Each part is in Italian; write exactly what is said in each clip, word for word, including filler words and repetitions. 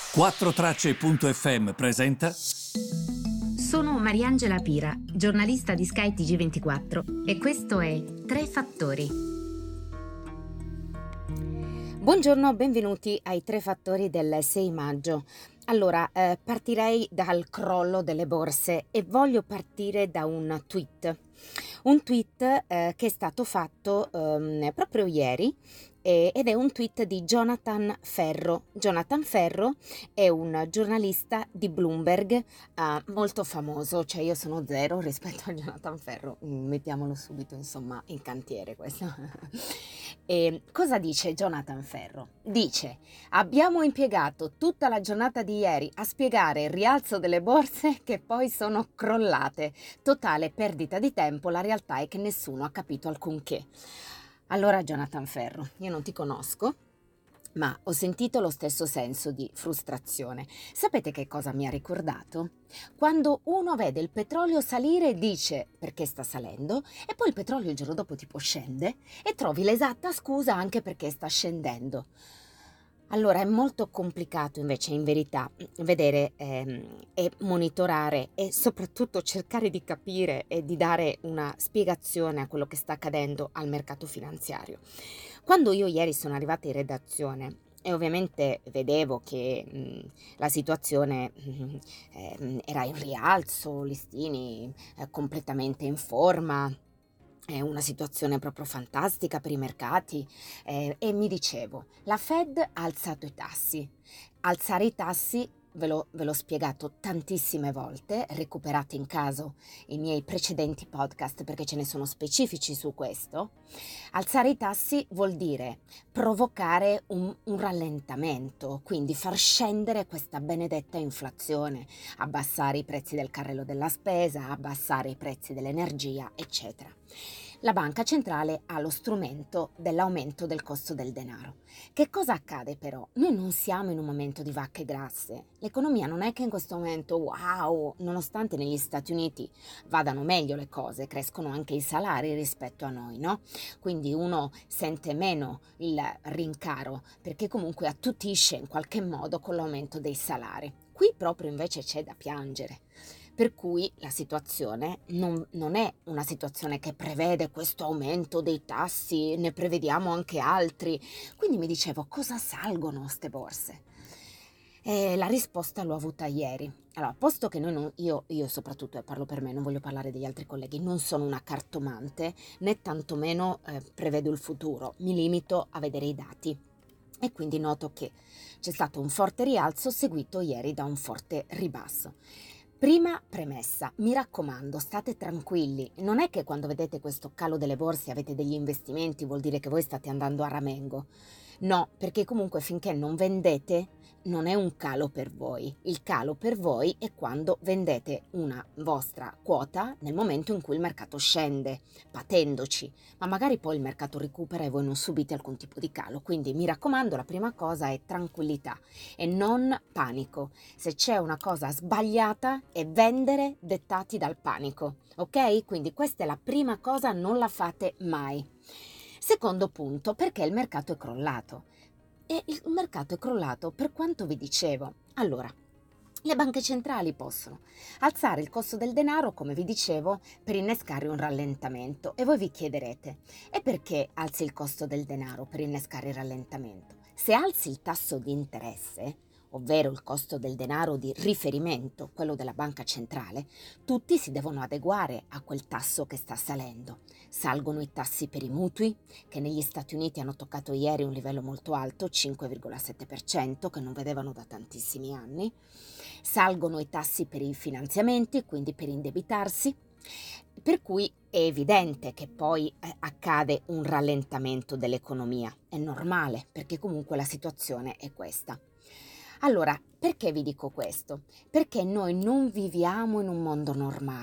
quattro tracce punto effe emme presenta. Sono Mariangela Pira, giornalista di Sky T G ventiquattro e questo è Tre Fattori. Buongiorno, benvenuti ai Tre Fattori del sei maggio. Allora, eh, partirei dal crollo delle borse e voglio partire da un tweet. Un tweet eh, che è stato fatto ehm, proprio ieri eh, ed è un tweet di Jonathan Ferro. Jonathan Ferro è un giornalista di Bloomberg eh, molto famoso, cioè io sono zero rispetto a Jonathan Ferro, mettiamolo subito insomma in cantiere questo. E cosa dice Jonathan Ferro? Dice: abbiamo impiegato tutta la giornata di ieri a spiegare il rialzo delle borse che poi sono crollate. Totale perdita di tempo, la realtà è che nessuno ha capito alcunché. Allora Jonathan Ferro, io non ti conosco, ma ho sentito lo stesso senso di frustrazione. Sapete che cosa mi ha ricordato? Quando uno vede il petrolio salire e dice perché sta salendo e poi il petrolio il giorno dopo tipo scende e trovi l'esatta scusa anche perché sta scendendo. Allora è molto complicato invece in verità vedere ehm, e monitorare e soprattutto cercare di capire e di dare una spiegazione a quello che sta accadendo al mercato finanziario. Quando io ieri sono arrivata in redazione e ovviamente vedevo che mh, la situazione mh, ehm, era in rialzo, listini eh, completamente in forma, è una situazione proprio fantastica per i mercati eh, e mi dicevo, la Fed ha alzato i tassi. Alzare i tassi, ve, lo, ve l'ho spiegato tantissime volte, recuperate in caso i miei precedenti podcast perché ce ne sono specifici su questo. Alzare i tassi vuol dire provocare un, un rallentamento, quindi far scendere questa benedetta inflazione, abbassare i prezzi del carrello della spesa, abbassare i prezzi dell'energia, eccetera. La banca centrale ha lo strumento dell'aumento del costo del denaro. Che cosa accade però? Noi non siamo in un momento di vacche grasse. L'economia non è che in questo momento, wow, nonostante negli Stati Uniti vadano meglio le cose, crescono anche i salari rispetto a noi, no? Quindi uno sente meno il rincaro perché comunque attutisce in qualche modo con l'aumento dei salari. Qui proprio invece c'è da piangere. Per cui la situazione non, non è una situazione che prevede questo aumento dei tassi, ne prevediamo anche altri. Quindi mi dicevo, cosa salgono ste borse? E la risposta l'ho avuta ieri. Allora, posto che noi non, io, io soprattutto, e parlo per me, non voglio parlare degli altri colleghi, non sono una cartomante, né tantomeno eh, prevedo il futuro, mi limito a vedere i dati. E quindi noto che c'è stato un forte rialzo seguito ieri da un forte ribasso. Prima premessa, mi raccomando, state tranquilli, non è che quando vedete questo calo delle borse avete degli investimenti, vuol dire che voi state andando a ramengo. No, perché comunque finché non vendete non è un calo per voi. Il calo per voi è quando vendete una vostra quota nel momento in cui il mercato scende, patendoci, ma magari poi il mercato recupera e voi non subite alcun tipo di calo. Quindi mi raccomando, la prima cosa è tranquillità e non panico. Se c'è una cosa sbagliata è vendere dettati dal panico, ok? Quindi questa è la prima cosa, non la fate mai. Secondo punto, perché il mercato è crollato? E il mercato è crollato per quanto vi dicevo. Allora, le banche centrali possono alzare il costo del denaro, come vi dicevo, per innescare un rallentamento. E voi vi chiederete, e perché alzi il costo del denaro per innescare il rallentamento? Se alzi il tasso di interesse, ovvero il costo del denaro di riferimento, quello della banca centrale, tutti si devono adeguare a quel tasso che sta salendo. Salgono i tassi per i mutui, che negli Stati Uniti hanno toccato ieri un livello molto alto, cinque virgola sette per cento, che non vedevano da tantissimi anni. Salgono i tassi per i finanziamenti, quindi per indebitarsi, per cui è evidente che poi eh, accade un rallentamento dell'economia. È normale, perché comunque la situazione è questa. Allora, perché vi dico questo? Perché noi non viviamo in un mondo normale.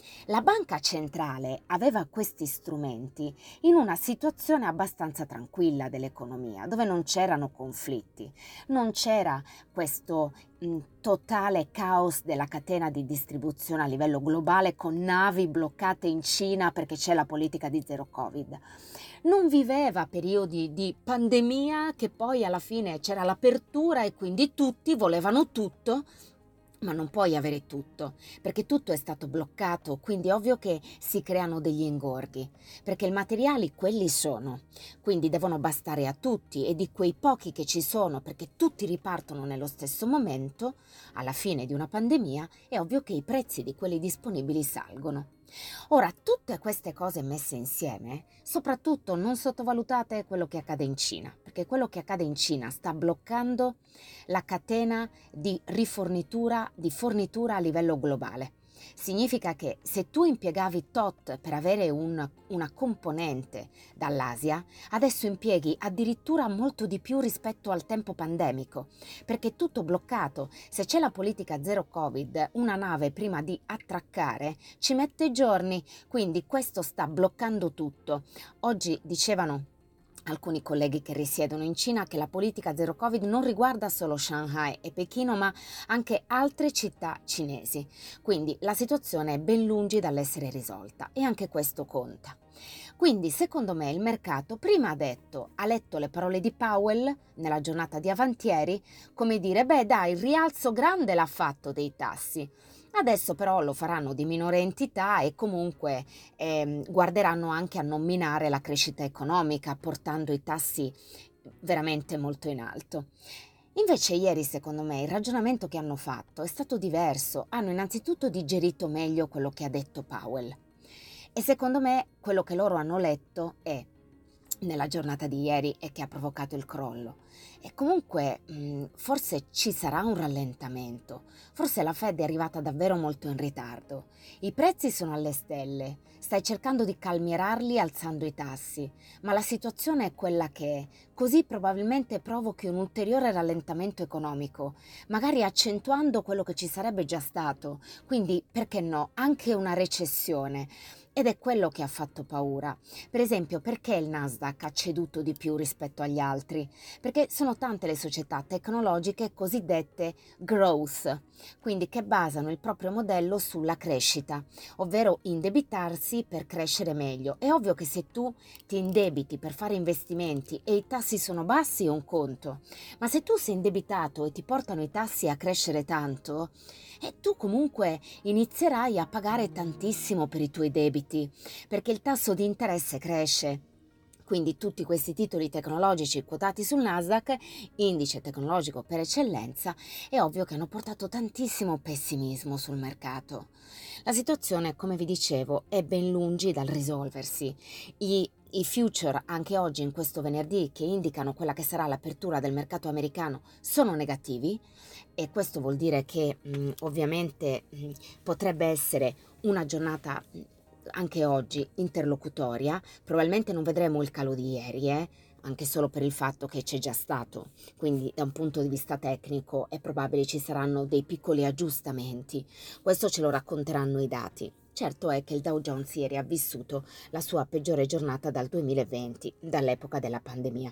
La banca centrale aveva questi strumenti in una situazione abbastanza tranquilla dell'economia, dove non c'erano conflitti, non c'era questo mh, totale caos della catena di distribuzione a livello globale con navi bloccate in Cina perché c'è la politica di zero Covid. Non viveva periodi di pandemia che poi alla fine c'era l'apertura e quindi tutti volevano tutto. Ma non puoi avere tutto, perché tutto è stato bloccato, quindi è ovvio che si creano degli ingorghi, perché i materiali quelli sono, quindi devono bastare a tutti e di quei pochi che ci sono, perché tutti ripartono nello stesso momento, alla fine di una pandemia, è ovvio che i prezzi di quelli disponibili salgono. Ora, tutte queste cose messe insieme, soprattutto non sottovalutate quello che accade in Cina, perché quello che accade in Cina sta bloccando la catena di rifornitura, di fornitura a livello globale. Significa che se tu impiegavi tot per avere un- una componente dall'Asia, adesso impieghi addirittura molto di più rispetto al tempo pandemico, perché è tutto bloccato. Se c'è la politica zero Covid, una nave prima di attraccare ci mette giorni, quindi questo sta bloccando tutto. Oggi dicevano alcuni colleghi che risiedono in Cina che la politica zero Covid non riguarda solo Shanghai e Pechino, ma anche altre città cinesi. Quindi la situazione è ben lungi dall'essere risolta e anche questo conta. Quindi secondo me il mercato prima ha detto, ha letto le parole di Powell nella giornata di avantieri, come dire, beh dai, il rialzo grande l'ha fatto dei tassi. Adesso però lo faranno di minore entità e comunque ehm, guarderanno anche a non minare la crescita economica, portando i tassi veramente molto in alto. Invece ieri, secondo me, il ragionamento che hanno fatto è stato diverso. Hanno innanzitutto digerito meglio quello che ha detto Powell. E secondo me quello che loro hanno letto è nella giornata di ieri e che ha provocato il crollo. E comunque mh, forse ci sarà un rallentamento, forse la Fed è arrivata davvero molto in ritardo. I prezzi sono alle stelle, stai cercando di calmierarli alzando i tassi, ma la situazione è quella che è, così probabilmente provochi un ulteriore rallentamento economico, magari accentuando quello che ci sarebbe già stato, quindi perché no, anche una recessione. Ed è quello che ha fatto paura. Per esempio, perché il Nasdaq ha ceduto di più rispetto agli altri? Perché sono tante le società tecnologiche cosiddette growth, quindi che basano il proprio modello sulla crescita, ovvero indebitarsi per crescere meglio. È ovvio che se tu ti indebiti per fare investimenti e i tassi sono bassi è un conto, ma se tu sei indebitato e ti portano i tassi a crescere tanto, e tu comunque inizierai a pagare tantissimo per i tuoi debiti, perché il tasso di interesse cresce. Quindi tutti questi titoli tecnologici quotati sul Nasdaq, indice tecnologico per eccellenza, è ovvio che hanno portato tantissimo pessimismo sul mercato. La situazione, come vi dicevo, è ben lungi dal risolversi. I, i future, anche oggi in questo venerdì, che indicano quella che sarà l'apertura del mercato americano, sono negativi e questo vuol dire che mh, ovviamente mh, potrebbe essere una giornata mh, anche oggi interlocutoria. Probabilmente non vedremo il calo di ieri, eh? Anche solo per il fatto che c'è già stato, quindi da un punto di vista tecnico è probabile ci saranno dei piccoli aggiustamenti. Questo ce lo racconteranno i dati. Certo è che il Dow Jones ieri ha vissuto la sua peggiore giornata dal duemilaventi, dall'epoca della pandemia.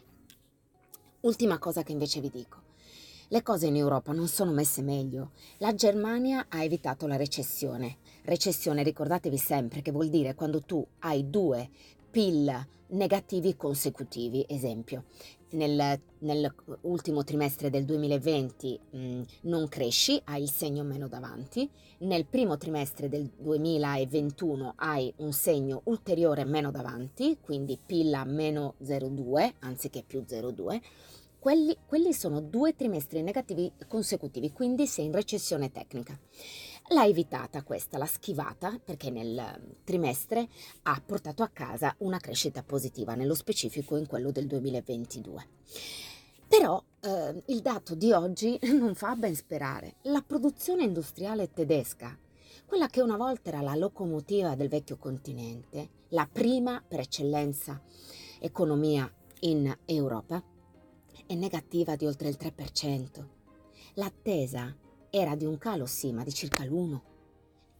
Ultima cosa che invece vi dico. Le cose in Europa non sono messe meglio. La Germania ha evitato la recessione. Recessione, ricordatevi sempre, che vuol dire quando tu hai due P I L negativi consecutivi. Esempio, nel, nell'ultimo trimestre del duemilaventi mh, non cresci, hai il segno meno davanti. Nel primo trimestre del duemilaventuno hai un segno ulteriore meno davanti, quindi P I L a meno zero virgola due anziché più zero virgola due. Quelli, quelli sono due trimestri negativi consecutivi, quindi sei in recessione tecnica. L'ha evitata questa, l'ha schivata perché nel trimestre ha portato a casa una crescita positiva, nello specifico in quello del duemilaventidue. Però eh, il dato di oggi non fa ben sperare. La produzione industriale tedesca, quella che una volta era la locomotiva del vecchio continente, la prima per eccellenza economia in Europa, è negativa di oltre il tre per cento. L'attesa era di un calo sì, ma di circa l'uno.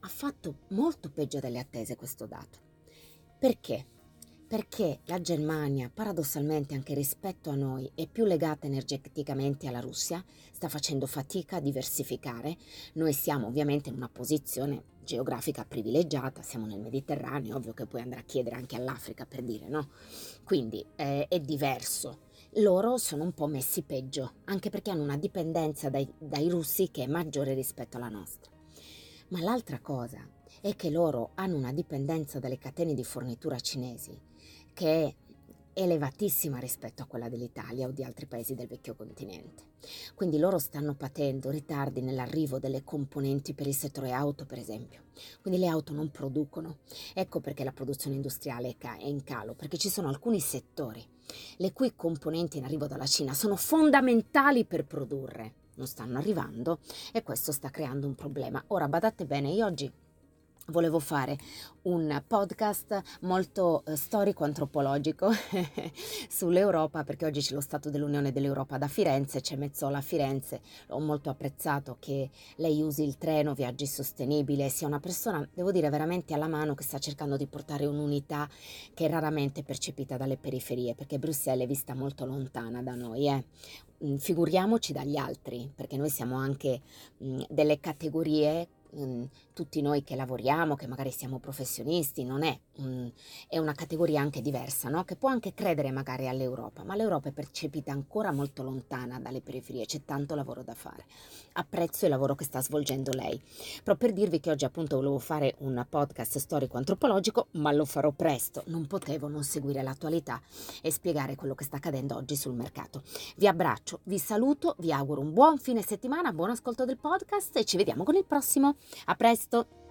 ha fatto molto peggio delle attese questo dato. Perché? Perché la Germania, paradossalmente anche rispetto a noi, è più legata energeticamente alla Russia, sta facendo fatica a diversificare. Noi siamo ovviamente in una posizione geografica privilegiata, siamo nel Mediterraneo, ovvio che puoi andare a chiedere anche all'Africa per dire, no? Quindi eh, è diverso. Loro sono un po' messi peggio, anche perché hanno una dipendenza dai, dai russi che è maggiore rispetto alla nostra. Ma l'altra cosa è che loro hanno una dipendenza dalle catene di fornitura cinesi che è elevatissima rispetto a quella dell'Italia o di altri paesi del vecchio continente. Quindi loro stanno patendo ritardi nell'arrivo delle componenti per il settore auto, per esempio. Quindi le auto non producono. Ecco perché la produzione industriale è, ca- è in calo, perché ci sono alcuni settori le cui componenti in arrivo dalla Cina sono fondamentali per produrre. Non stanno arrivando e questo sta creando un problema. Ora badate bene, io oggi volevo fare un podcast molto eh, storico-antropologico sull'Europa, perché oggi c'è lo Stato dell'Unione dell'Europa da Firenze, c'è Mezzola a Firenze. Ho molto apprezzato che lei usi il treno, viaggi sostenibile, sia una persona, devo dire, veramente alla mano, che sta cercando di portare un'unità che è raramente percepita dalle periferie, perché Bruxelles è vista molto lontana da noi, eh. Mm, Figuriamoci dagli altri, perché noi siamo anche mm, delle categorie, mm, tutti noi che lavoriamo, che magari siamo professionisti, non è, mm, è una categoria anche diversa, no? Che può anche credere magari all'Europa, ma l'Europa è percepita ancora molto lontana dalle periferie, c'è tanto lavoro da fare. Apprezzo il lavoro che sta svolgendo lei, però per dirvi che oggi appunto volevo fare un podcast storico-antropologico, ma lo farò presto, non potevo non seguire l'attualità e spiegare quello che sta accadendo oggi sul mercato. Vi abbraccio, vi saluto, vi auguro un buon fine settimana, buon ascolto del podcast e ci vediamo con il prossimo. A presto!